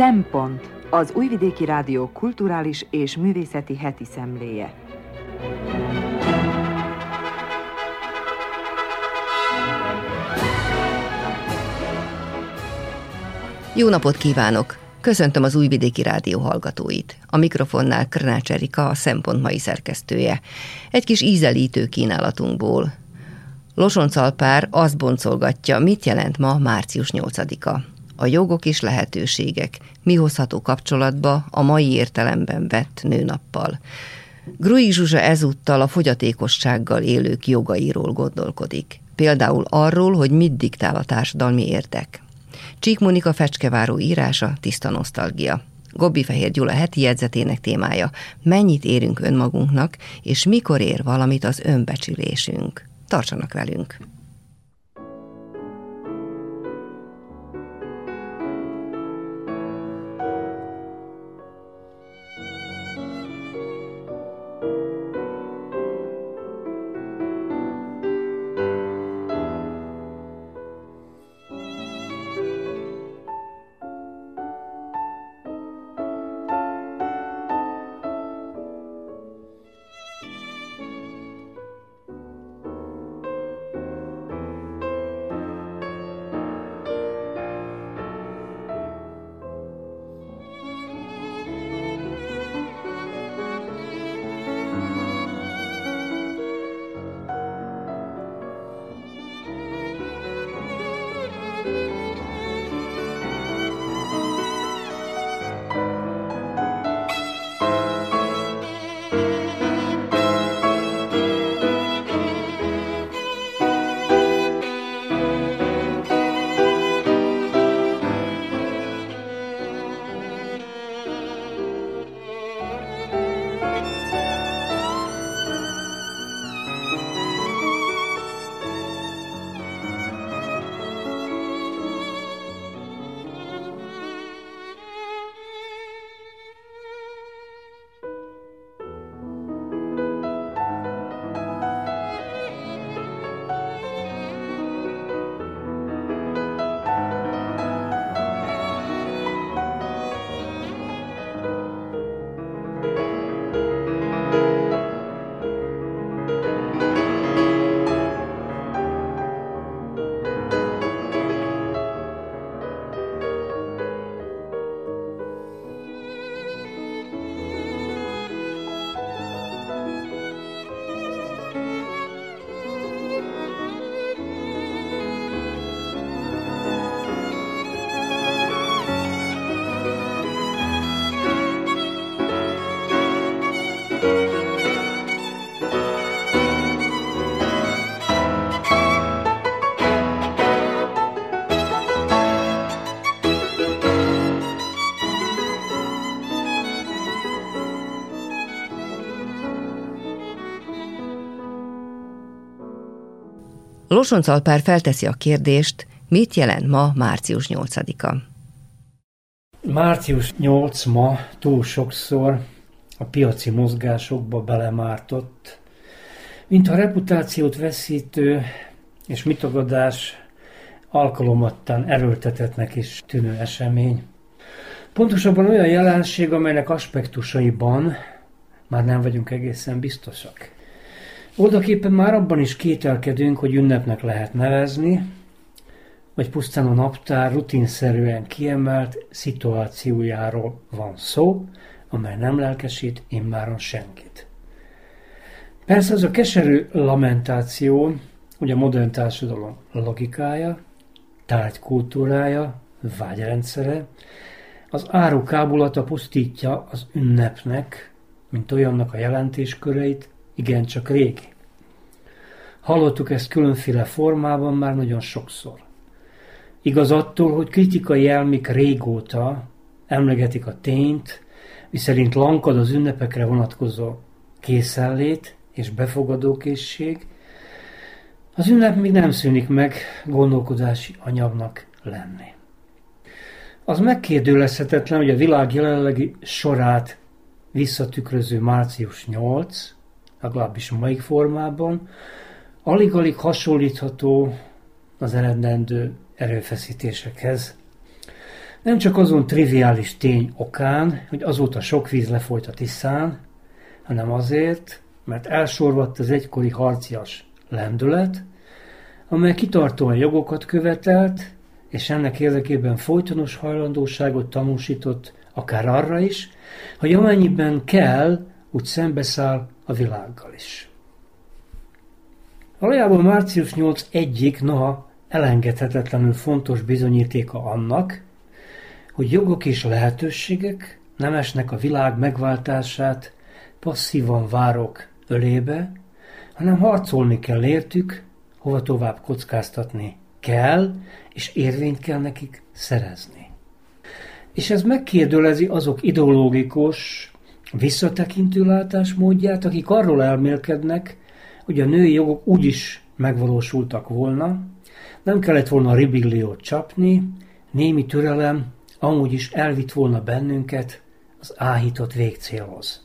Szempont, az Újvidéki Rádió kulturális és művészeti heti szemléje. Jó napot kívánok! Köszöntöm az Újvidéki Rádió hallgatóit. A mikrofonnál Krnács Erika, a Szempont mai szerkesztője. Egy kis ízelítő kínálatunkból. Losoncalpár azt boncolgatja, mit jelent ma március 8-a. A jogok és lehetőségek, mi hozható kapcsolatba a mai értelemben vett nőnappal. Gruig Zsuzsa ezúttal a fogyatékossággal élők jogairól gondolkodik. Például arról, hogy mit diktál a társadalmi érdek. Csík Monika fecskeváró írása, tiszta nosztalgia. Gobbi Fehér Gyula heti jegyzetének témája, mennyit érünk önmagunknak, és mikor ér valamit az önbecsülésünk. Tartsanak velünk! Losoncalpár felteszi a kérdést, mit jelent ma március 8-a? Március 8 ma túl sokszor a piaci mozgásokba belemártott, mint a reputációt veszítő és mitogadás alkalomattán erőltetettnek is tűnő esemény. Pontosabban olyan jelenség, amelynek aspektusaiban már nem vagyunk egészen biztosak. Voltaképpen már abban is kételkedünk, hogy ünnepnek lehet nevezni, vagy pusztán a naptár rutinszerűen kiemelt szituációjáról van szó, amely nem lelkesít immáron senkit. Persze az a keserű lamentáció, hogy a modern társadalom logikája, tárgykultúrája, vágyrendszere, az árukábulata pusztítja az ünnepnek, mint olyannak a jelentésköreit, igencsak régi. Hallottuk ezt különféle formában már nagyon sokszor. Igaz attól, hogy kritikai elmik régóta emlegetik a tényt, miszerint lankad az ünnepekre vonatkozó készenlét és befogadókészség, az ünnep még nem szűnik meg gondolkodási anyagnak lenni. Az megkérdőlezhetetlen, hogy a világ jelenlegi sorát visszatükröző március 8, legalábbis a mai formában, alig-alig hasonlítható az eredendő erőfeszítésekhez. Nem csak azon triviális tény okán, hogy azóta sok víz lefolyt a Tiszán, hanem azért, mert elsorvadt az egykori harcias lendület, amely kitartóan jogokat követelt, és ennek érdekében folytonos hajlandóságot tanúsított, akár arra is, hogy amennyiben kell, úgy szembeszáll a világgal is. Valójában március 8 egyik, noha elengedhetetlenül fontos bizonyítéka annak, hogy jogok és lehetőségek nem esnek a világ megváltását passzívan várok ölébe, hanem harcolni kell értük, hova tovább kockáztatni kell, és érvényt kell nekik szerezni. És ez megkérdőlezi azok ideológikus, visszatekintő látásmódját, akik arról elmélkednek, hogy a női jogok úgyis megvalósultak volna, nem kellett volna ribilliót csapni, némi türelem amúgy is elvitt volna bennünket az áhított végcélhoz.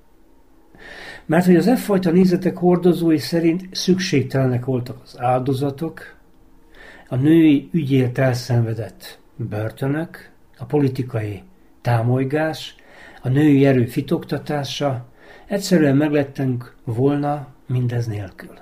Mert hogy az e-fajta nézetek hordozói szerint szükségtelenek voltak az áldozatok, a női ügyért elszenvedett börtönök, a politikai támolygás, a női erő fitoktatása, egyszerűen meglettünk volna mindez nélkül.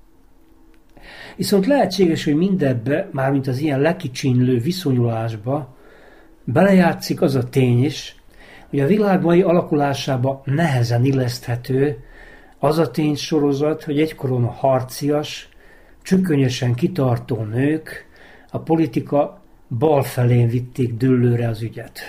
Viszont lehetséges, hogy mindebbe, mármint az ilyen lekicsinylő viszonyulásba belejátszik az a tény is, hogy a világ mai alakulásába nehezen illeszthető az a ténysorozat, hogy egykoron a harcias, csökkönyösen kitartó nők a politika bal felén vitték dőlőre az ügyet.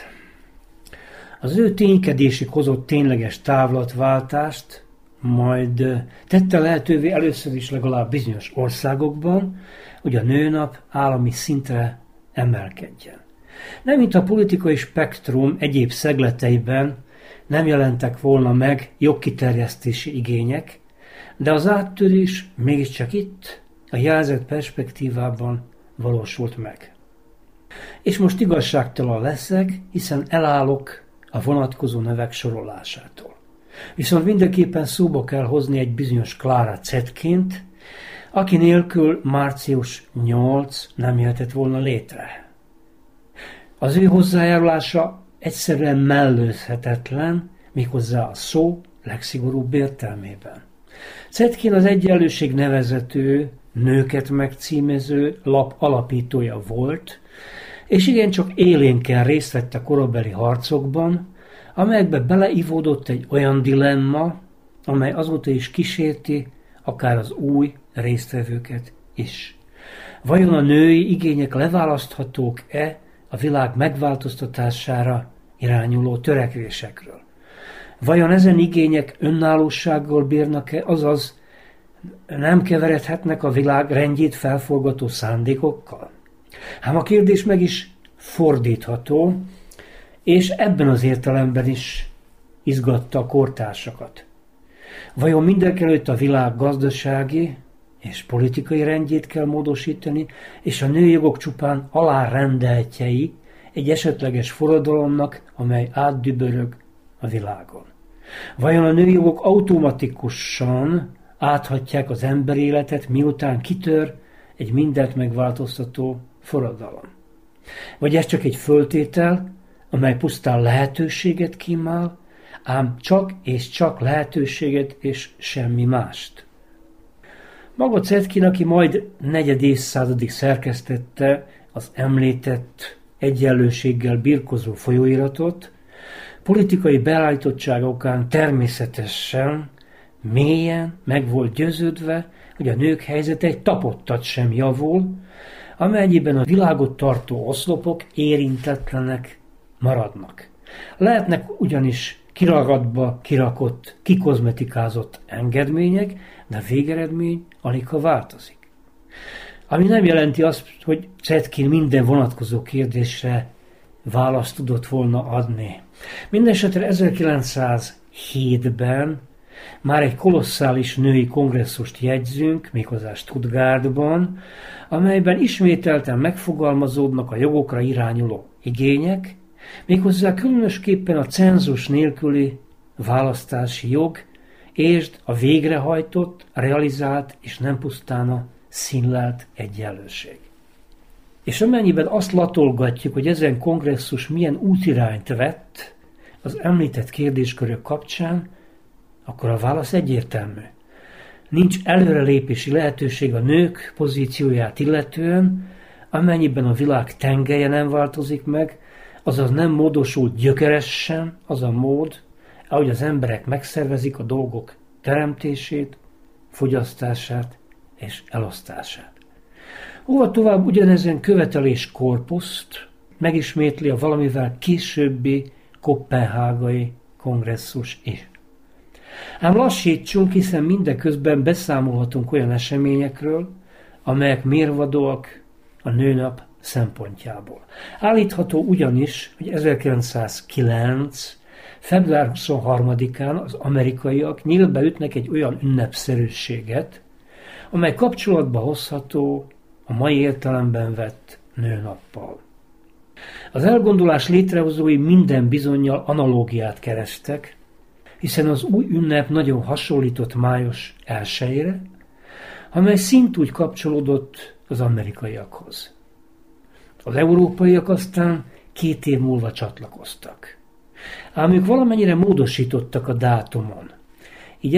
Az ő ténykedésük hozott tényleges távlatváltást, majd tette lehetővé először is legalább bizonyos országokban, hogy a nőnap állami szintre emelkedjen. Nem mint a politikai spektrum egyéb szegleteiben nem jelentek volna meg jogkiterjesztési igények, de az áttörés mégiscsak itt, a jelzett perspektívában valósult meg. És most igazságtalan leszek, hiszen elállok a vonatkozó nevek sorolásától. Viszont mindenképpen szóba kell hozni egy bizonyos Clara Zetként, aki nélkül március 8 nem jöhetett volna létre. Az ő hozzájárulása egyszerűen mellőzhetetlen, méghozzá a szó legszigorúbb értelmében. Zetkin az Egyenlőség nevezető, nőket megcímező lap alapítója volt, és igencsak élénken részt vett a korabeli harcokban, amelyekbe beleivódott egy olyan dilemma, amely azóta is kísérti akár az új résztvevőket is. Vajon a női igények leválaszthatók-e a világ megváltoztatására irányuló törekvésekről? Vajon ezen igények önállósággal bírnak-e, azaz nem keveredhetnek a világ rendjét felforgató szándékokkal? Ám a kérdés meg is fordítható, és ebben az értelemben is izgatta a kortársakat. Vajon mindenkelőtt a világ gazdasági és politikai rendjét kell módosítani, és a nőjogok csupán alárendeltjei egy esetleges forradalomnak, amely átdübörög a világon? Vajon a nőjogok automatikusan áthatják az emberéletet, miután kitör egy mindent megváltoztató forradalom? Vagy ez csak egy föltétel, amely pusztán lehetőséget kínál, ám csak és csak lehetőséget és semmi mást? Maga Zetkin, aki majd negyed évszázadig szerkesztette az említett egyenlőséggel birkozó folyóiratot, politikai beállítottsága okán természetesen mélyen meg volt győződve, hogy a nők helyzete egy tapottat sem javul, amennyiben a világot tartó oszlopok érintetlenek maradnak. Lehetnek ugyanis kiragadva kirakott, kikozmetikázott engedmények, de a végeredmény aligha változik. Ami nem jelenti azt, hogy Zetkin minden vonatkozó kérdésre választ tudott volna adni. Mindenesetre 1907-ben már egy kolosszális női kongresszust jegyzünk, méghozzá Stuttgartban, amelyben ismételten megfogalmazódnak a jogokra irányuló igények, méghozzá különösképpen a cenzus nélküli választási jog, és a végrehajtott, realizált és nem pusztán a színlelt egyenlőség. És amennyiben azt latolgatjuk, hogy ezen kongresszus milyen útirányt vett az említett kérdéskörök kapcsán, akkor a válasz egyértelmű. Nincs előrelépési lehetőség a nők pozícióját illetően, amennyiben a világ tengelye nem változik meg, azaz nem módosul gyökeresen az a mód, ahogy az emberek megszervezik a dolgok teremtését, fogyasztását és elosztását. Hova tovább ugyanezen követelés korpuszt megismétli a valamivel későbbi koppenhágai kongresszus is. Ám lassítsunk, hiszen mindeközben beszámolhatunk olyan eseményekről, amelyek mérvadóak a nőnap szempontjából. Állítható ugyanis, hogy 1909. február 23-án az amerikaiak nyílbe ütnek egy olyan ünnepszerűséget, amely kapcsolatba hozható a mai értelemben vett nőnappal. Az elgondolás létrehozói minden bizonnyal analógiát kerestek, hiszen az új ünnep nagyon hasonlított május 1-ére, amely szintúgy kapcsolódott az amerikaiakhoz. Az európaiak aztán 2 év múlva csatlakoztak. Ám ők valamennyire módosítottak a dátumon. Így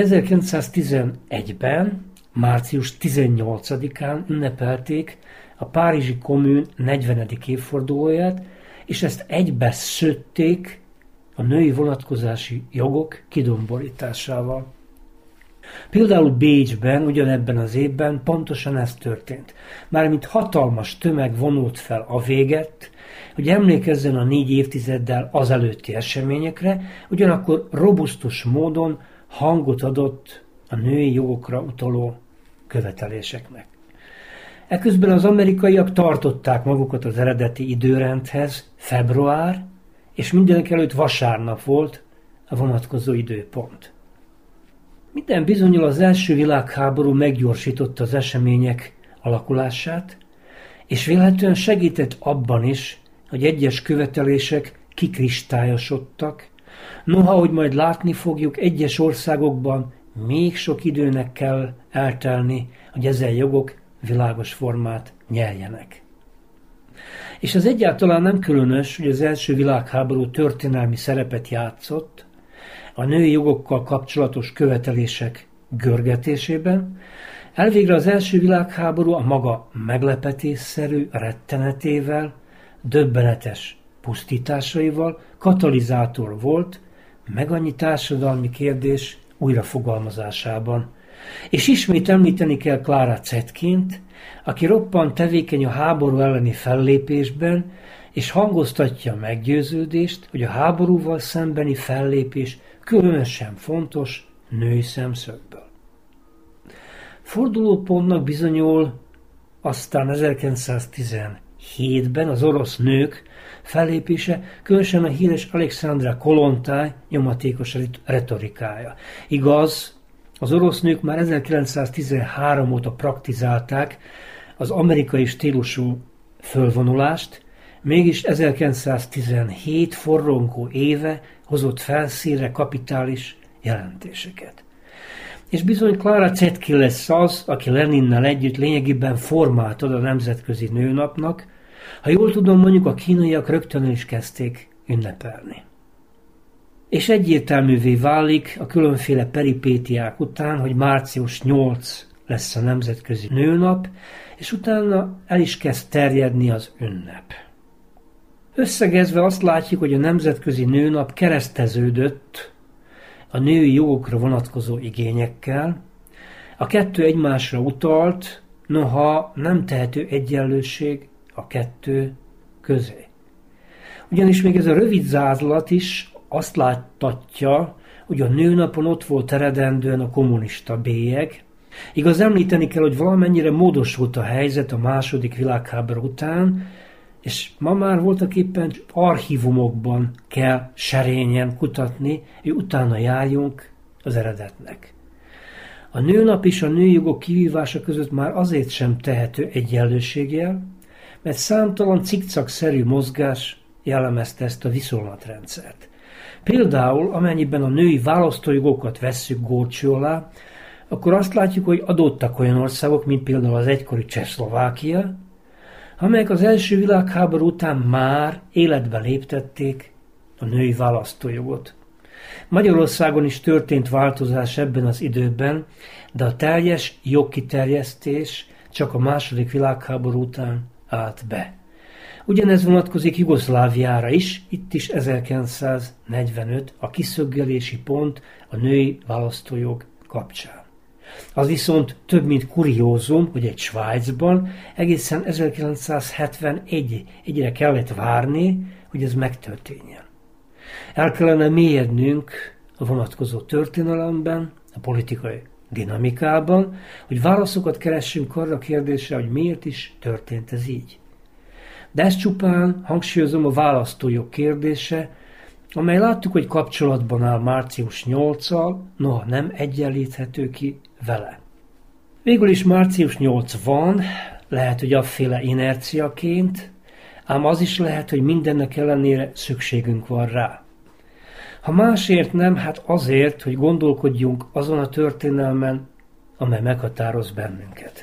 1911-ben, március 18-án ünnepelték a párizsi kommunn 40. évfordulóját, és ezt egybe szőtték a női vonatkozási jogok kidomborításával. Például Bécsben ugyanebben az évben pontosan ez történt. Mármint hatalmas tömeg vonult fel a véget, hogy emlékezzen a 4 évtizeddel azelőtti eseményekre, ugyanakkor robusztus módon hangot adott a női jogokra utaló követeléseknek. Eközben az amerikaiak tartották magukat az eredeti időrendhez, február, és mindenekelőtt vasárnap volt a vonatkozó időpont. Minden bizonnyal az első világháború meggyorsította az események alakulását, és vélhetően segített abban is, hogy egyes követelések kikristályosodtak, noha, hogy majd látni fogjuk, egyes országokban még sok időnek kell eltelni, hogy ezen jogok világos formát nyeljenek. És az egyáltalán nem különös, hogy az első világháború történelmi szerepet játszott a női jogokkal kapcsolatos követelések görgetésében. Elvégre az első világháború a maga meglepetésszerű rettenetével, döbbenetes pusztításaival katalizátor volt meg annyi társadalmi kérdés újrafogalmazásában. És ismét említeni kell Clara Zetkint, aki roppant tevékeny a háború elleni fellépésben, és hangoztatja a meggyőződést, hogy a háborúval szembeni fellépés különösen fontos női szemszögből. Fordulópontnak bizonyul aztán 1917-ben az orosz nők fellépése, különösen a híres Alexandra Kollontáj nyomatékos retorikája. Igaz, az orosz nők már 1913 óta praktizálták az amerikai stílusú fölvonulást, mégis 1917 forrongó éve hozott felszínre kapitális jelentéseket. És bizony Clara Zetkin lesz az, aki Leninnel együtt lényegében formát ad a Nemzetközi Nőnapnak, ha jól tudom, mondjuk a kínaiak rögtön is kezdték ünnepelni. És egyértelművé válik a különféle peripétiák után, hogy március 8 lesz a Nemzetközi Nőnap, és utána el is kezd terjedni az ünnep. Összegezve azt látjuk, hogy a Nemzetközi Nőnap kereszteződött a női jogokra vonatkozó igényekkel, a kettő egymásra utalt, noha nem tehető egyenlőség a kettő közé. Ugyanis még ez a rövid zázlat is azt láttatja, hogy a nőnapon ott volt eredendően a kommunista bélyeg. Igaz, említeni kell, hogy valamennyire módosult a helyzet a második világháború után, és ma már voltaképpen archívumokban kell serényen kutatni, hogy utána járjunk az eredetnek. A nőnap és a női jogok kivívása között már azért sem tehető egyenlőségjel, mert számtalan cikcakszerű mozgás jellemezte ezt a viszonylatrendszert. Például, amennyiben a női választójogokat vesszük górcső alá, akkor azt látjuk, hogy adottak olyan országok, mint például az egykori Csehszlovákia, amelyek az első világháború után már életbe léptették a női választójogot. Magyarországon is történt változás ebben az időben, de a teljes jogkiterjesztés csak a második világháború után állt be. Ugyanez vonatkozik Jugoszláviára is, itt is 1945 a kiszöggelési pont a női választójog kapcsán. Az viszont több mint kuriózum, hogy egy Svájcban egészen 1971-re kellett várni, hogy ez megtörténjen. El kellene mélyednünk a vonatkozó történelemben, a politikai dinamikában, hogy válaszokat keressünk arra a kérdésre, hogy miért is történt ez így. De ez csupán, hangsúlyozom, a választójog kérdése, amely láttuk, hogy kapcsolatban áll március 8-al, noha nem egyenlíthető ki vele. Végül is március 8 van, lehet, hogy afféle inerciaként, ám az is lehet, hogy mindennek ellenére szükségünk van rá. Ha másért nem, hát azért, hogy gondolkodjunk azon a történelmen, amely meghatároz bennünket.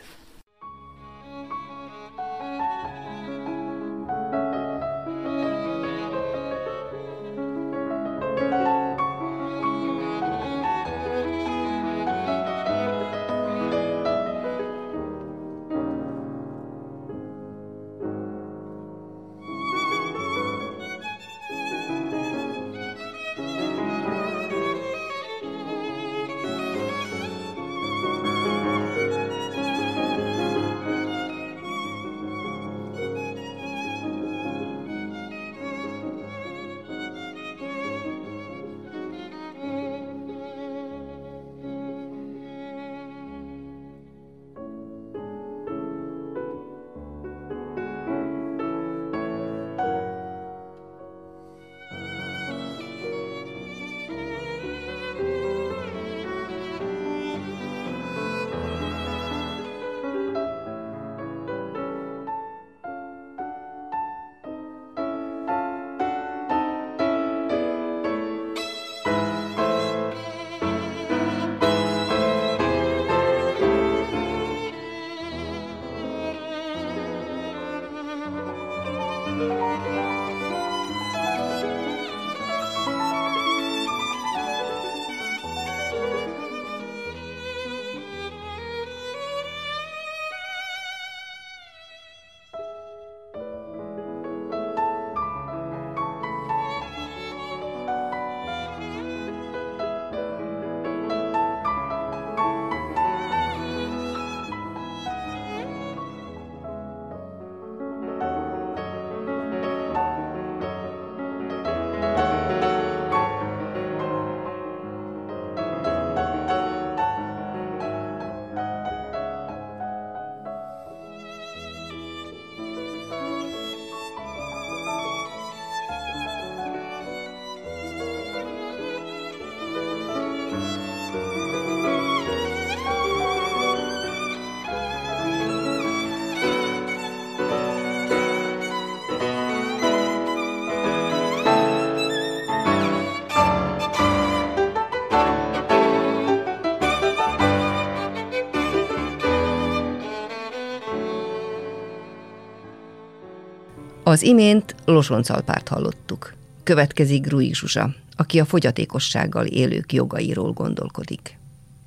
Az imént Losonc Alpárt hallottuk. Következik Gruig Zsuzsa, aki a fogyatékossággal élők jogairól gondolkodik.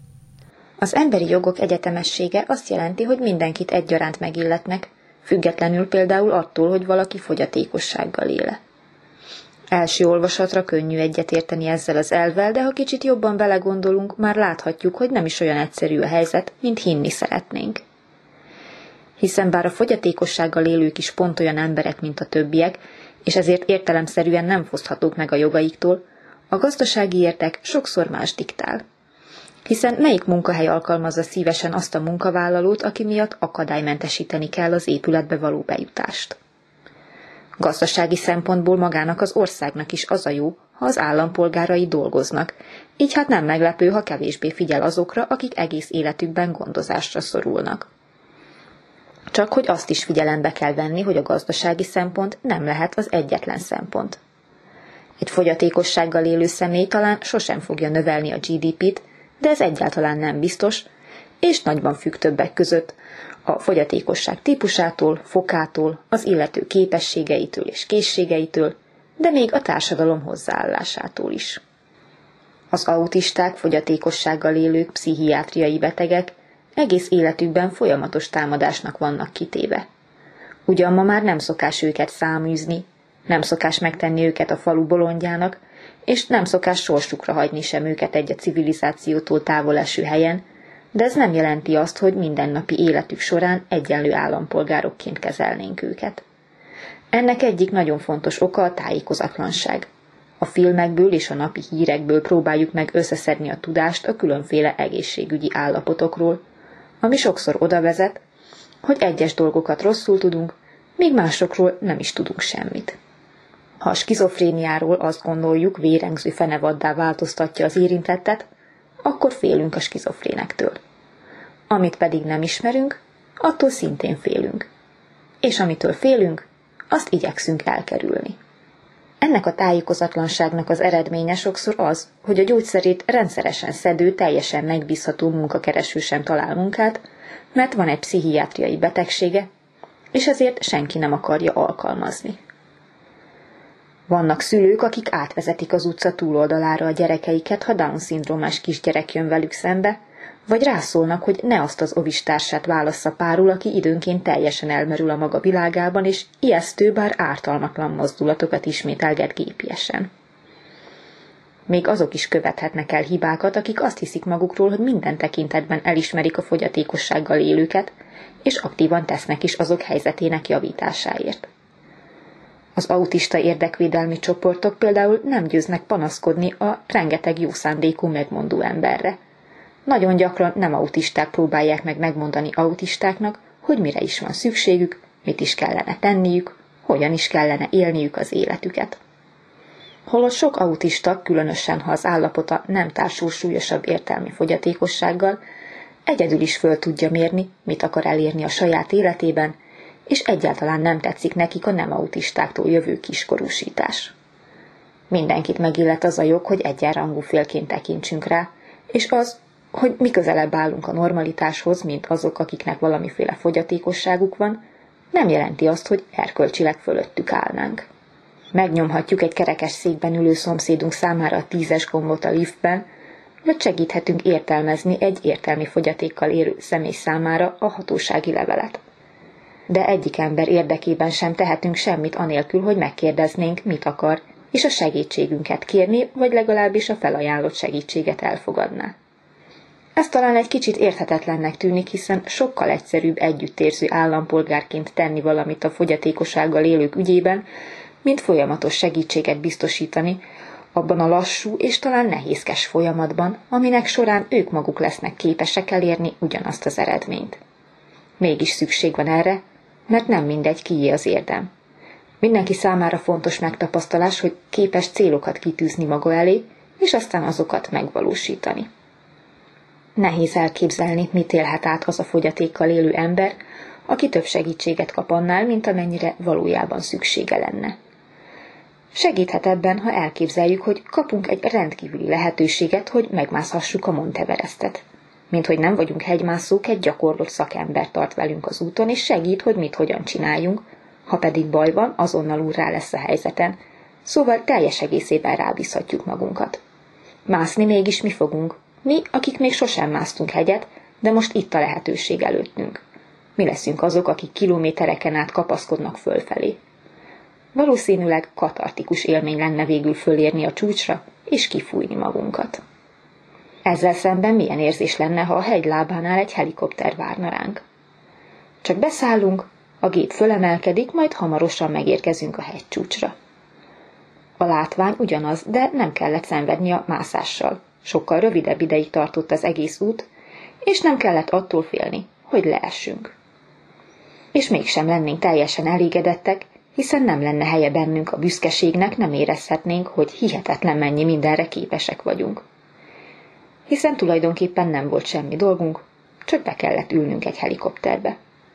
Az emberi jogok egyetemessége azt jelenti, hogy mindenkit egyaránt megilletnek, függetlenül például attól, hogy valaki fogyatékossággal éle. Első olvasatra könnyű egyetérteni ezzel az elvvel, de ha kicsit jobban belegondolunk, már láthatjuk, hogy nem is olyan egyszerű a helyzet, mint hinni szeretnénk. Hiszen bár a fogyatékossággal élők is pont olyan emberek, mint a többiek, és ezért értelemszerűen nem foszthatók meg a jogaiktól, a gazdasági értek sokszor más diktál. Hiszen melyik munkahely alkalmazza szívesen azt a munkavállalót, aki miatt akadálymentesíteni kell az épületbe való bejutást? Gazdasági szempontból magának az országnak is az a jó, ha az állampolgárai dolgoznak, így hát nem meglepő, ha kevésbé figyel azokra, akik egész életükben gondozásra szorulnak. Csak hogy azt is figyelembe kell venni, hogy a gazdasági szempont nem lehet az egyetlen szempont. Egy fogyatékossággal élő személy talán sosem fogja növelni a GDP-t, de ez egyáltalán nem biztos, és nagyban függ többek között a fogyatékosság típusától, fokától, az illető képességeitől és készségeitől, de még a társadalom hozzáállásától is. Az autisták, fogyatékossággal élők, pszichiátriai betegek egész életükben folyamatos támadásnak vannak kitéve. Ugyan ma már nem szokás őket száműzni, nem szokás megtenni őket a falu bolondjának, és nem szokás sorsukra hagyni sem őket egy a civilizációtól távol eső helyen, de ez nem jelenti azt, hogy mindennapi életük során egyenlő állampolgárokként kezelnénk őket. Ennek egyik nagyon fontos oka a tájékozatlanság. A filmekből és a napi hírekből próbáljuk meg összeszedni a tudást a különféle egészségügyi állapotokról, ami sokszor oda vezet, hogy egyes dolgokat rosszul tudunk, míg másokról nem is tudunk semmit. Ha a skizofréniáról azt gondoljuk, vérengző fenevaddá változtatja az érintettet, akkor félünk a skizofrénektől. Amit pedig nem ismerünk, attól szintén félünk. És amitől félünk, azt igyekszünk elkerülni. Ennek a tájékozatlanságnak az eredménye sokszor az, hogy a gyógyszerét rendszeresen szedő, teljesen megbízható munkakereső sem talál munkát, mert van egy pszichiátriai betegsége, és ezért senki nem akarja alkalmazni. Vannak szülők, akik átvezetik az utca túloldalára a gyerekeiket, ha Down-szindrómás kisgyerek jön velük szembe, vagy rászólnak, hogy ne azt az ovistársát válassza párul, aki időnként teljesen elmerül a maga világában, és ijesztő, bár ártalmatlan mozdulatokat ismételget gépiesen. Még azok is követhetnek el hibákat, akik azt hiszik magukról, hogy minden tekintetben elismerik a fogyatékossággal élőket, és aktívan tesznek is azok helyzetének javításáért. Az autista érdekvédelmi csoportok például nem győznek panaszkodni a rengeteg jó szándékú megmondó emberre. Nagyon gyakran nem autisták próbálják meg megmondani autistáknak, hogy mire is van szükségük, mit is kellene tenniük, hogyan is kellene élniük az életüket. Holott sok autista, különösen ha az állapota nem társul súlyosabb értelmi fogyatékossággal, egyedül is föl tudja mérni, mit akar elérni a saját életében, és egyáltalán nem tetszik nekik a nem autistáktól jövő kiskorúsítás. Mindenkit megillet az a jog, hogy egyenrangú félként tekintsünk rá, és az, hogy mi közelebb állunk a normalitáshoz, mint azok, akiknek valamiféle fogyatékosságuk van, nem jelenti azt, hogy erkölcsileg fölöttük állnánk. Megnyomhatjuk egy kerekes székben ülő szomszédunk számára a 10-es gombot a liftben, vagy segíthetünk értelmezni egy értelmi fogyatékkal élő személy számára a hatósági levelet. De egyik ember érdekében sem tehetünk semmit anélkül, hogy megkérdeznénk, mit akar, és a segítségünket kérni, vagy legalábbis a felajánlott segítséget elfogadná. Ez talán egy kicsit érthetetlennek tűnik, hiszen sokkal egyszerűbb együttérző állampolgárként tenni valamit a fogyatékossággal élők ügyében, mint folyamatos segítséget biztosítani abban a lassú és talán nehézkes folyamatban, aminek során ők maguk lesznek képesek elérni ugyanazt az eredményt. Mégis szükség van erre, mert nem mindegy, kié az érdem. Mindenki számára fontos megtapasztalás, hogy képes célokat kitűzni maga elé, és aztán azokat megvalósítani. Nehéz elképzelni, mit élhet át az a fogyatékkal élő ember, aki több segítséget kap annál, mint amennyire valójában szüksége lenne. Segíthet ebben, ha elképzeljük, hogy kapunk egy rendkívüli lehetőséget, hogy megmászhassuk a Monteverestet. Mint hogy nem vagyunk hegymászók, egy gyakorlott szakember tart velünk az úton, és segít, hogy mit hogyan csináljunk, ha pedig baj van, azonnal úrrá lesz a helyzeten, szóval teljes egészében rábízhatjuk magunkat. Mászni mégis mi fogunk, mi, akik még sosem másztunk hegyet, de most itt a lehetőség előttünk. Mi leszünk azok, akik kilométereken át kapaszkodnak fölfelé. Valószínűleg katartikus élmény lenne végül fölérni a csúcsra, és kifújni magunkat. Ezzel szemben milyen érzés lenne, ha a hegy lábánál egy helikopter várna ránk? Csak beszállunk, a gép fölemelkedik, majd hamarosan megérkezünk a hegycsúcsra. A látvány ugyanaz, de nem kellett szenvedni a mászással. Sokkal rövidebb ideig tartott az egész út, és nem kellett attól félni, hogy leessünk. És mégsem lennénk teljesen elégedettek, hiszen nem lenne helye bennünk a büszkeségnek, nem érezhetnénk, hogy hihetetlen mennyi mindenre képesek vagyunk. Hiszen tulajdonképpen nem volt semmi dolgunk, csak be kellett ülnünk egy helikopterbe.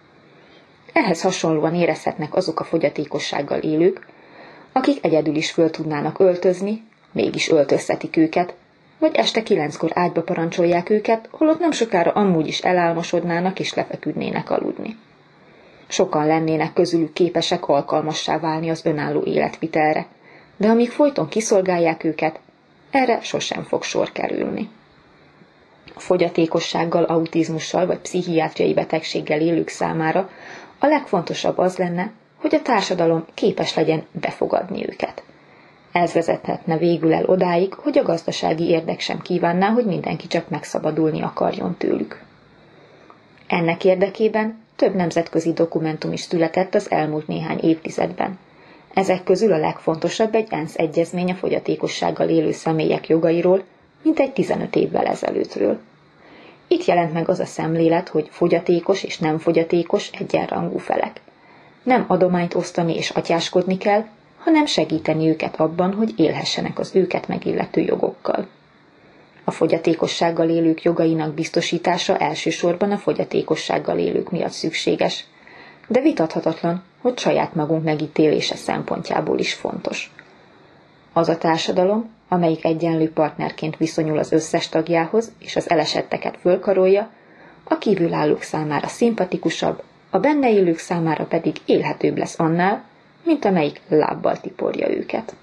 Ehhez hasonlóan érezhetnek azok a fogyatékossággal élők, akik egyedül is föl tudnának öltözni, mégis öltöztetik őket, vagy este 9-kor ágyba parancsolják őket, holott nem sokára amúgy is elálmosodnának és lefeküdnének aludni. Sokan lennének közülük képesek alkalmassá válni az önálló életvitelre, de amíg folyton kiszolgálják őket, erre sosem fog sor kerülni. A fogyatékossággal, autizmussal vagy pszichiátriai betegséggel élők számára a legfontosabb az lenne, hogy a társadalom képes legyen befogadni őket. Ez vezethetne végül el odáig, hogy a gazdasági érdek sem kívánná, hogy mindenki csak megszabadulni akarjon tőlük. Ennek érdekében több nemzetközi dokumentum is született az elmúlt néhány évtizedben. Ezek közül a legfontosabb egy ENSZ egyezmény a fogyatékossággal élő személyek jogairól, mintegy 15 évvel ezelőttről. Itt jelent meg az a szemlélet, hogy fogyatékos és nem fogyatékos egyenrangú felek. Nem adományt osztani és atyáskodni kell, hanem segíteni őket abban, hogy élhessenek az őket megillető jogokkal. A fogyatékossággal élők jogainak biztosítása elsősorban a fogyatékossággal élők miatt szükséges, de vitathatatlan, hogy saját magunk megítélése szempontjából is fontos. Az a társadalom, amelyik egyenlő partnerként viszonyul az összes tagjához és az elesetteket fölkarolja, a kívülállók számára szimpatikusabb, a benne élők számára pedig élhetőbb lesz annál, mint amelyik lábbal tiporja őket.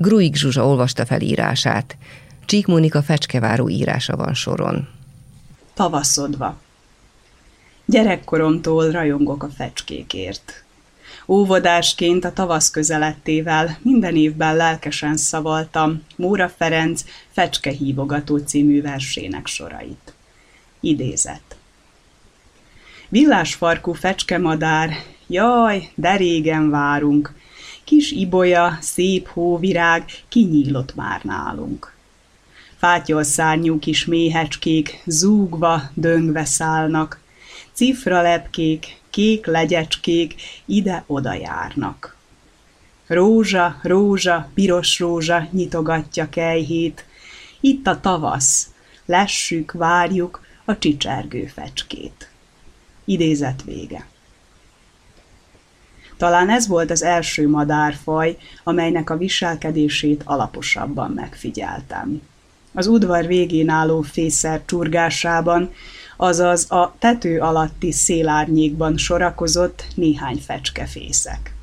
Gruig Zsuzsa olvasta fel írását. Csík Mónika fecskeváró írása van soron. Tavaszodva. Gyerekkoromtól rajongok a fecskékért. Óvodásként a tavasz közelettével minden évben lelkesen szavaltam Móra Ferenc Fecskehívogató című versének sorait. Idézet. Villásfarkú fecskemadár, jaj, de régen várunk, kis ibolya, szép hóvirág, kinyílott már nálunk. Fátyolszárnyú kis méhecskék zúgva, döngve szállnak, cifralepkék, kék legyecskék ide-oda járnak. Rózsa, rózsa, piros rózsa nyitogatja kelyhét, itt a tavasz, lessük, várjuk a csicsergő fecskét. Idézet vége. Talán ez volt az első madárfaj, amelynek a viselkedését alaposabban megfigyeltem. Az udvar végén álló fészer csurgásában, azaz a tető alatti szélárnyékban sorakozott néhány fecskefészek.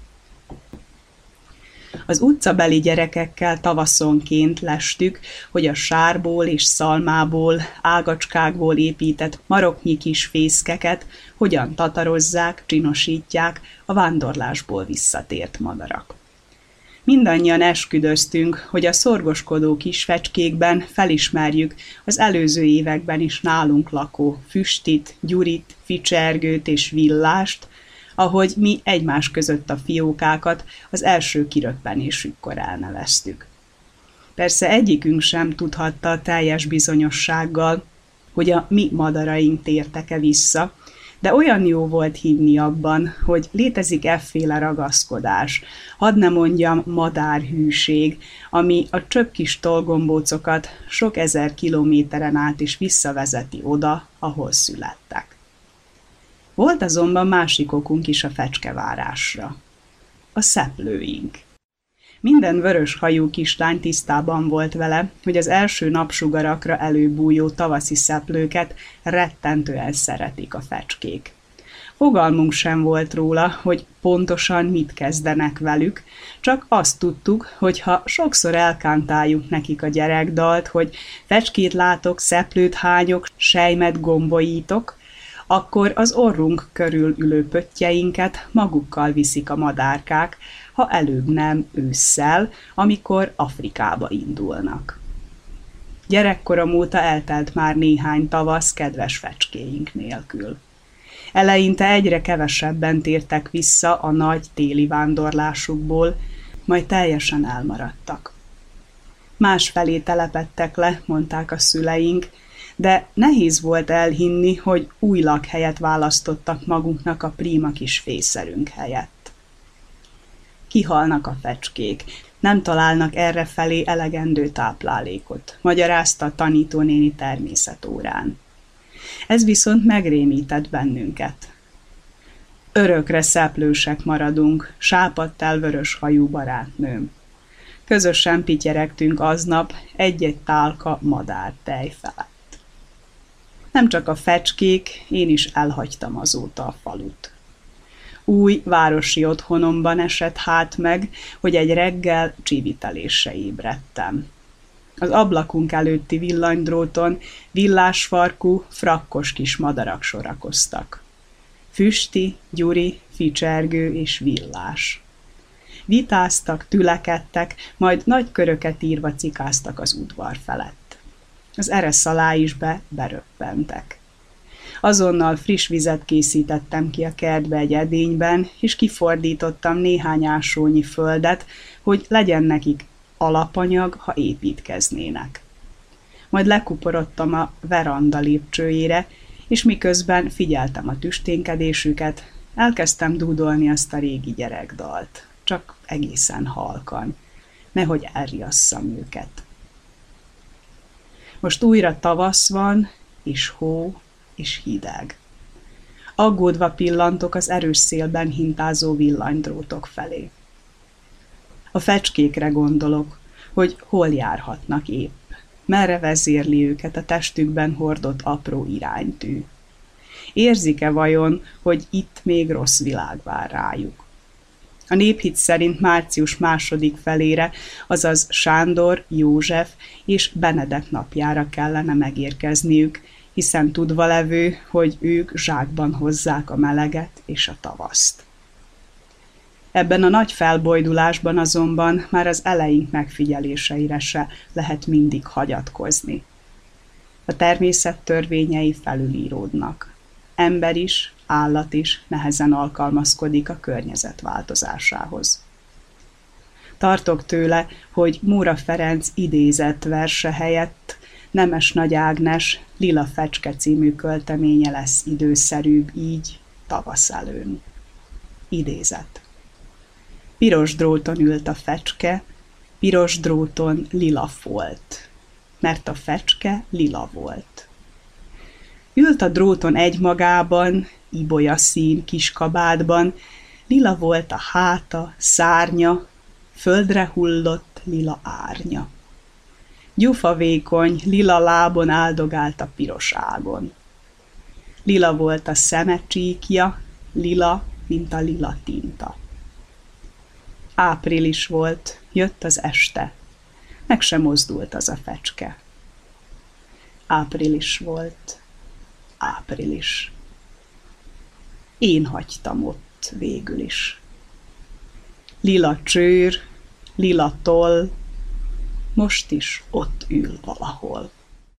Az utcabeli gyerekekkel tavaszonként lestük, hogy a sárból és szalmából, ágacskákból épített maroknyi kis fészkeket hogyan tatarozzák, csinosítják a vándorlásból visszatért madarak. Mindannyian esküdöztünk, hogy a szorgoskodó kis fecskékben felismerjük az előző években is nálunk lakó Füstit, Gyurit, Ficsergőt és Villást, ahogy mi egymás között a fiókákat az első kiröppenésükkor elneveztük. Persze egyikünk sem tudhatta teljes bizonyossággal, hogy a mi madaraink tértek-e vissza, de olyan jó volt hinni abban, hogy létezik efféle ragaszkodás, hadd ne mondjam madárhűség, ami a csöpp kis tollgombócokat sok ezer kilométeren át is visszavezeti oda, ahol születtek. Volt azonban másik okunk is a fecskevárásra. A szeplőink. Minden vöröshajú kislány tisztában volt vele, hogy az első napsugarakra előbújó tavaszi szeplőket rettentően szeretik a fecskék. Fogalmunk sem volt róla, hogy pontosan mit kezdenek velük, csak azt tudtuk, hogy ha sokszor elkántáljuk nekik a gyerekdalt, hogy fecskét látok, szeplőt hányok, sejmet gombolítok, akkor az orrunk körül ülő pöttyeinket magukkal viszik a madárkák, ha előbb nem ősszel, amikor Afrikába indulnak. Gyerekkorom óta eltelt már néhány tavasz kedves fecskéink nélkül. Eleinte egyre kevesebben tértek vissza a nagy téli vándorlásukból, majd teljesen elmaradtak. Másfelé telepedtek le, mondták a szüleink, de nehéz volt elhinni, hogy új lakhelyet választottak magunknak a príma kis fészerünk helyett. Kihalnak a fecskék, nem találnak errefelé elegendő táplálékot, magyarázta a tanítónéni természetórán. Ez viszont megrémített bennünket. Örökre szeplősek maradunk, sápadt el vöröshajú barátnőm. Közösen pityeregtünk aznap egy-egy tálka madártej felett. Nem csak a fecskék, én is elhagytam azóta a falut. Új városi otthonomban esett hát meg, hogy egy reggel csivitelésre ébredtem. Az ablakunk előtti villanydróton villásfarkú, frakkos kis madarak sorakoztak. Füsti, Gyuri, Ficsergő és Villás. Vitáztak, tülekedtek, majd nagy köröket írva cikáztak az udvar felett. Az eresz alá is beröppentek. Azonnal friss vizet készítettem ki a kertbe egy edényben, és kifordítottam néhány ásónyi földet, hogy legyen nekik alapanyag, ha építkeznének. Majd lekuporodtam a veranda lépcsőjére, és miközben figyeltem a tüsténkedésüket, elkezdtem dúdolni azt a régi gyerekdalt, csak egészen halkan, nehogy elriasszam őket. Most újra tavasz van, és hó, és hideg. Aggódva pillantok az erős szélben hintázó villanydrótok felé. A fecskékre gondolok, hogy hol járhatnak épp, merre vezérli őket a testükben hordott apró iránytű. Érzik-e vajon, hogy itt még rossz világ vár rájuk? A néphit szerint március 2. felére, azaz Sándor, József és Benedek napjára kellene megérkezniük, hiszen tudva levő, hogy ők zsákban hozzák a meleget és a tavaszt. Ebben a nagy felbojdulásban azonban már az eleink megfigyeléseire se lehet mindig hagyatkozni. A természet törvényei felülíródnak. Ember is, állat is nehezen alkalmazkodik a környezet változásához. Tartok tőle, hogy Móra Ferenc idézett verse helyett Nemes Nagy Ágnes Lila fecske című költeménye lesz időszerűbb így tavasz előn. Idézet. Piros dróton ült a fecske, piros dróton lila folt, mert a fecske lila volt. Ült a dróton egymagában, ibolyaszín kis kabátban, lila volt a háta, szárnya, földre hullott lila árnya. Gyufa vékony, lila lábon áldogált a piros ágon. Lila volt a szeme csíkja, lila, mint a lila tinta. Április volt, jött az este, meg sem mozdult az a fecske. Április volt, április. Én hagytam ott végül is. Lila csőr, lila toll, most is ott ül valahol.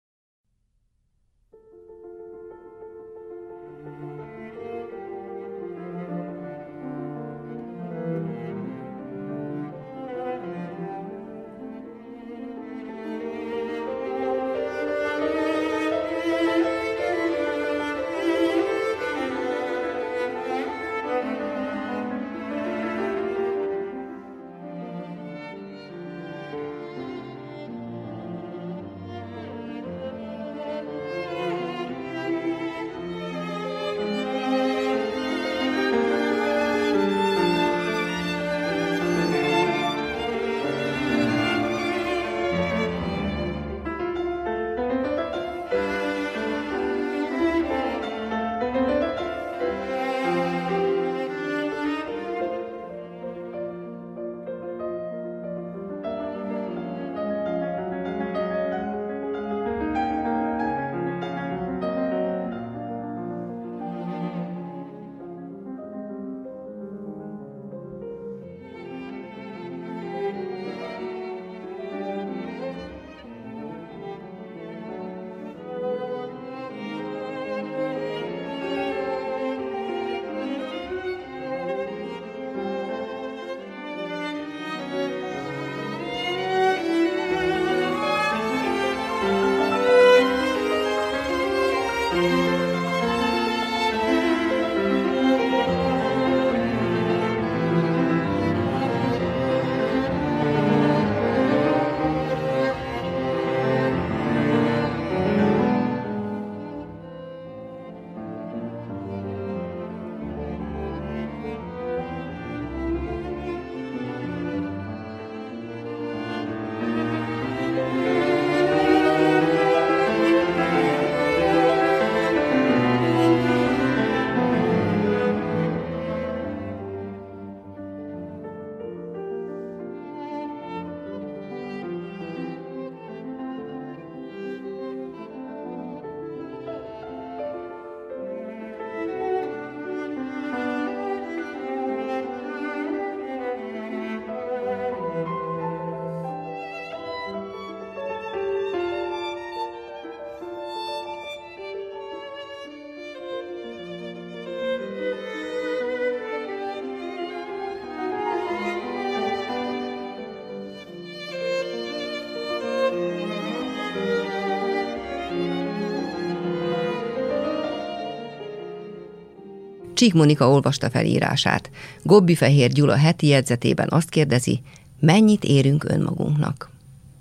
Csík Monika olvasta felírását. Gobbi Fehér Gyula heti jegyzetében azt kérdezi, mennyit érünk önmagunknak.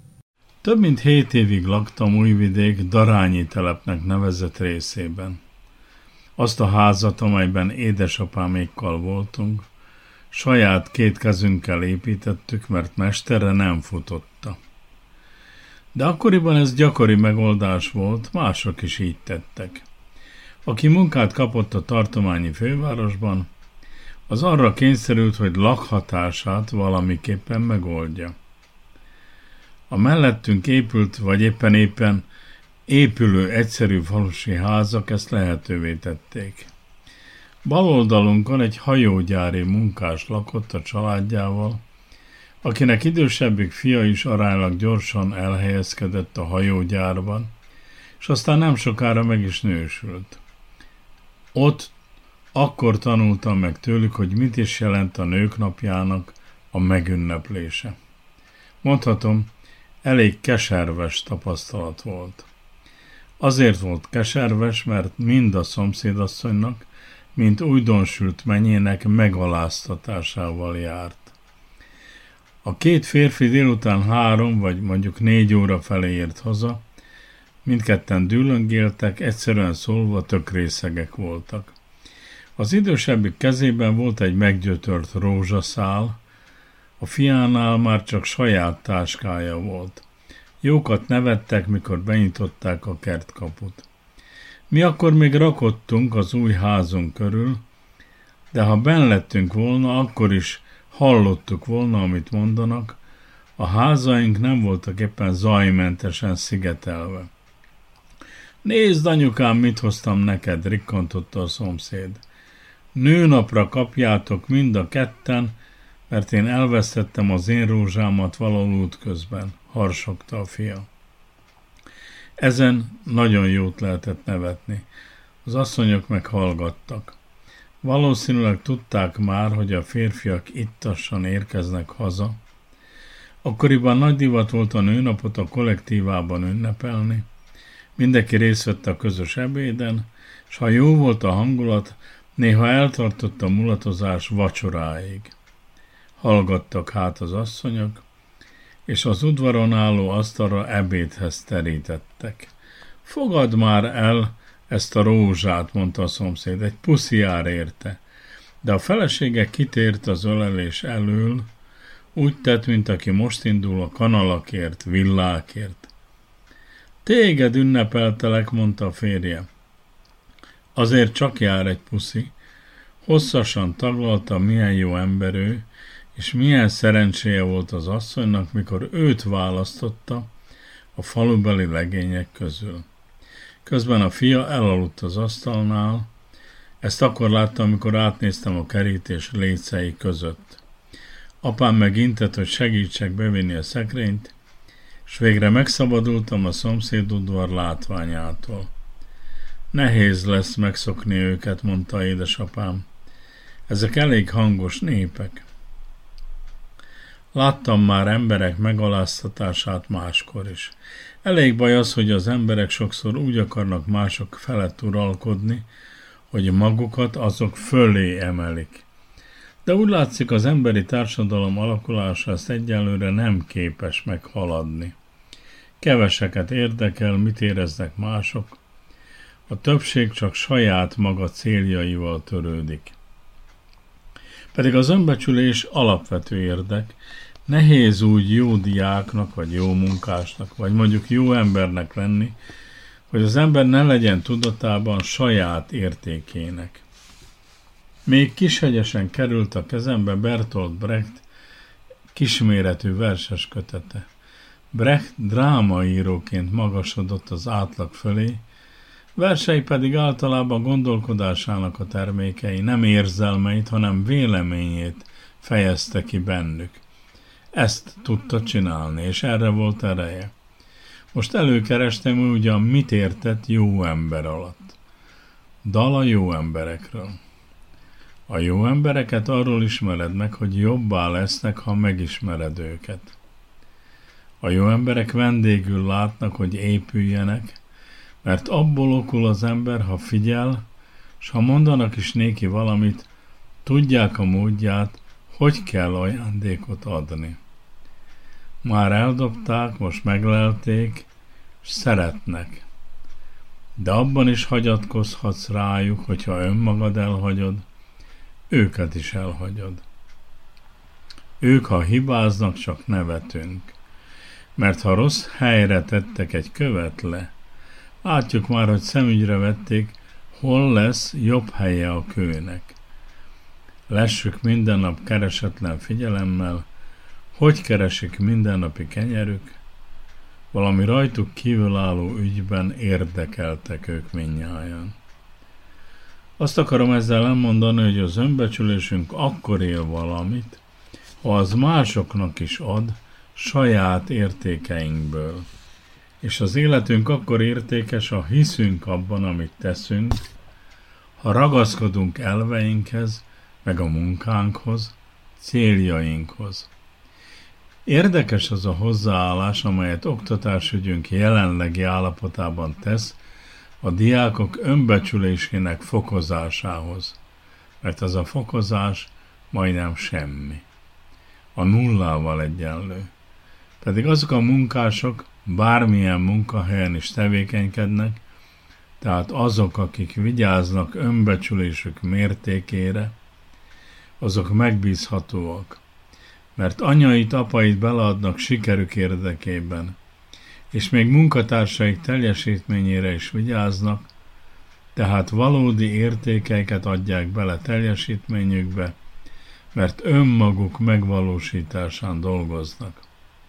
Több mint 7 évig laktam Újvidék Darányi telepnek nevezett részében. Azt a házat, amelyben édesapámékkal voltunk, saját 2 kezünkkel építettük, mert mestere nem futotta. De akkoriban ez gyakori megoldás volt, mások is így tettek. Aki munkát kapott a tartományi fővárosban, Az arra kényszerült, hogy lakhatását valamiképpen megoldja. A mellettünk épült, vagy éppen épülő egyszerű falusi házak ezt lehetővé tették. Bal oldalunkon egy hajógyári munkás lakott a családjával, akinek idősebbik fia is aránylag gyorsan elhelyezkedett a hajógyárban, és aztán nem sokára meg is nősült. Ott akkor tanultam meg tőlük, hogy mit is jelent a nők napjának a megünneplése. Mondhatom, elég keserves tapasztalat volt. Azért volt keserves, mert mind a szomszédasszonynak, mint újdonsült menyének megaláztatásával járt. A két férfi délután 3 vagy mondjuk 4 óra felé ért haza, mindketten dűlöngéltek, egyszerűen szólva tökrészegek voltak. Az idősebbik kezében volt egy meggyötört rózsaszál, a fiánál már csak saját táskája volt. Jókat nevettek, mikor benyitották a kertkaput. Mi akkor még rakodtunk az új házunk körül, de ha benn lettünk volna, akkor is hallottuk volna, amit mondanak, a házaink nem voltak éppen zajmentesen szigetelve. Nézd, anyukám, mit hoztam neked, rikkantotta a szomszéd. Nőnapra kapjátok mind a ketten, mert én elvesztettem az én rózsámat valahol útközben, harsogta a fia. Ezen nagyon jót lehetett nevetni. Az asszonyok meg hallgattak. Valószínűleg tudták már, hogy a férfiak ittassan érkeznek haza. Akkoriban nagy divat volt a nőnapot a kollektívában ünnepelni. Mindenki részt vett a közös ebéden, s ha jó volt a hangulat, néha eltartott a mulatozás vacsoráig. Hallgattak hát az asszonyok, és az udvaron álló asztalra ebédhez terítettek. Fogadd már el ezt a rózsát, mondta a szomszéd, egy puszi jár érte. De a felesége kitért az ölelés elől, úgy tett, mint aki most indul a kanalakért, villákért. Téged ünnepeltelek, mondta a férje. Azért csak jár egy puszi. Hosszasan taglalta, milyen jó ember ő, és milyen szerencséje volt az asszonynak, mikor őt választotta a falubeli legények közül. Közben a fia elaludt az asztalnál, ezt akkor láttam, amikor átnéztem a kerítés lécei között. Apám megintett, hogy segítsek bevinni a szekrényt, és végre megszabadultam a szomszédudvar látványától. Nehéz lesz megszokni őket, mondta édesapám. Ezek elég hangos népek. Láttam már emberek megaláztatását máskor is. Elég baj az, hogy az emberek sokszor úgy akarnak mások felett uralkodni, hogy magukat azok fölé emelik. De úgy látszik, az emberi társadalom alakulása ezt egyelőre nem képes meghaladni. Keveseket érdekel, mit éreznek mások, a többség csak saját maga céljaival törődik. Pedig az önbecsülés alapvető érdek, nehéz úgy jó diáknak, vagy jó munkásnak, vagy mondjuk jó embernek lenni, hogy az ember ne legyen tudatában saját értékének. Még Kishegyesen került a kezembe Bertolt Brecht kisméretű verses kötete. Brecht drámaíróként magasodott az átlag fölé, versei pedig általában gondolkodásának a termékei, nem érzelmeit, hanem véleményét fejezte ki bennük. Ezt tudta csinálni, és erre volt ereje. Most előkerestem, hogy ugyan mit értett jó ember alatt. Dal a jó emberekről. A jó embereket arról ismered meg, hogy jobbá lesznek, ha megismered őket. A jó emberek vendégül látnak, hogy épüljenek, mert abból okul az ember, ha figyel, s ha mondanak is néki valamit, tudják a módját, hogy kell ajándékot adni. Már eldobták, most meglelték, s szeretnek. De abban is hagyatkozhatsz rájuk, hogyha önmagad elhagyod, őket is elhagyod. Ők, ha hibáznak, csak nevetünk. Mert ha rossz helyre tettek egy követ le, látjuk már, hogy szemügyre vették, hol lesz jobb helye a kőnek. lessük minden nap keresetlen figyelemmel, hogy keresik mindennapi kenyerük, valami rajtuk kívülálló ügyben érdekeltek ők mindnyájan. Azt akarom ezzel elmondani, hogy az önbecsülésünk akkor él valamit, ha az másoknak is ad saját értékeinkből. És az életünk akkor értékes, ha hiszünk abban, amit teszünk, ha ragaszkodunk elveinkhez, meg a munkánkhoz, céljainkhoz. Érdekes az a hozzáállás, amelyet oktatásügyünk jelenlegi állapotában tesz a diákok önbecsülésének fokozásához, mert az a fokozás majdnem semmi. A nullával egyenlő. Pedig azok a munkások bármilyen munkahelyen is tevékenykednek, tehát azok, akik vigyáznak önbecsülésük mértékére, azok megbízhatóak, mert anyait, apait beleadnak sikerük érdekében, és még munkatársaik teljesítményére is vigyáznak, tehát valódi értékeiket adják bele teljesítményükbe, mert önmaguk megvalósításán dolgoznak.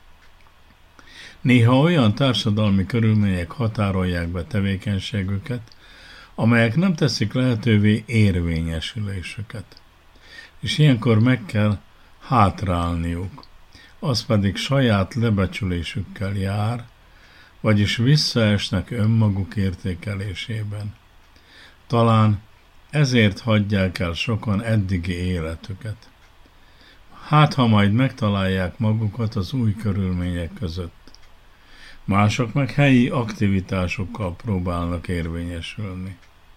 Néha olyan társadalmi körülmények határolják be tevékenységüket, amelyek nem teszik lehetővé érvényesülésüket, és ilyenkor meg kell hátrálniuk, az pedig saját lebecsülésükkel jár, vagyis visszaesnek önmaguk értékelésében. Talán ezért hagyják el sokan eddigi életüket. Hát, ha majd megtalálják magukat az új körülmények között. Mások meg helyi aktivitásokkal próbálnak érvényesülni.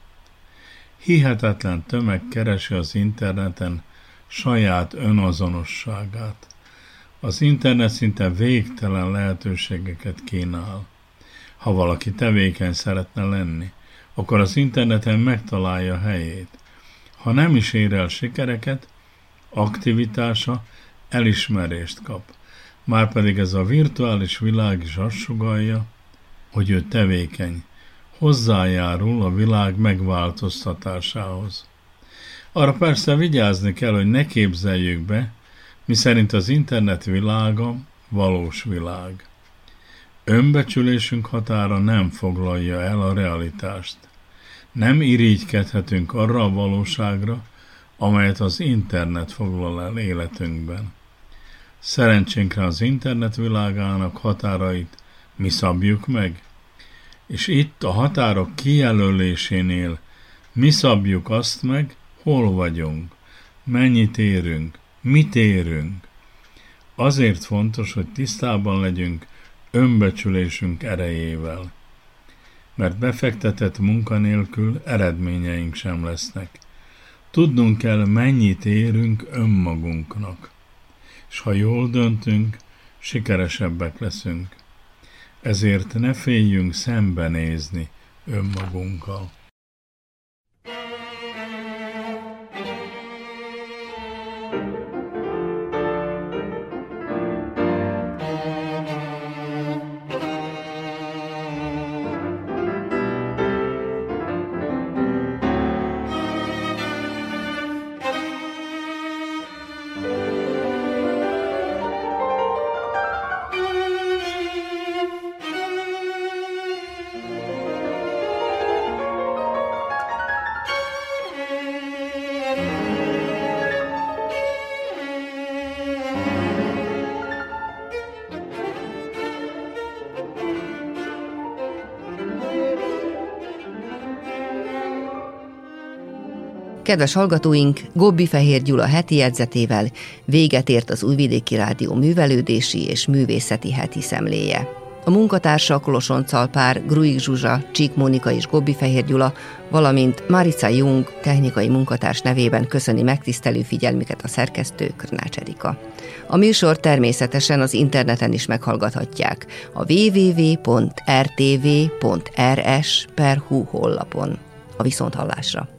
Hihetetlen tömeg keresi az interneten saját önazonosságát. Az internet szinte végtelen lehetőségeket kínál. Ha valaki tevékeny szeretne lenni, akkor az interneten megtalálja helyét. Ha nem is ér el sikereket, aktivitása elismerést kap. Márpedig ez a virtuális világ is azt sugallja, hogy ő tevékeny, hozzájárul a világ megváltoztatásához. Arra persze vigyázni kell, hogy ne képzeljük be, miszerint az internet világa valós világ. Önbecsülésünk határa nem foglalja el a realitást. Nem irigykedhetünk arra a valóságra, amelyet az internet foglal el életünkben. Szerencsénkre az internet világának határait mi szabjuk meg, és itt a határok kijelölésénél mi szabjuk azt meg, hol vagyunk, mennyit érünk, mit érünk. Azért fontos, hogy tisztában legyünk önbecsülésünk erejével, mert befektetett munka nélkül eredményeink sem lesznek. Tudnunk kell, mennyit érünk önmagunknak, és ha jól döntünk, sikeresebbek leszünk. Ezért ne féljünk szembenézni önmagunkkal. Kedves hallgatóink, Gobbi Fehér Gyula heti jegyzetével véget ért az Újvidéki Rádió művelődési és művészeti heti szemléje. A munkatársak Kolosonc Alpár, Gruig Zsuzsa, Csík Mónika és Gobbi Fehér Gyula, valamint Marica Jung technikai munkatárs nevében köszöni megtisztelő figyelmüket a szerkesztő, Krnács Erika. A műsor természetesen az interneten is meghallgathatják a www.rtv.rs.hu honlapon. A viszonthallásra!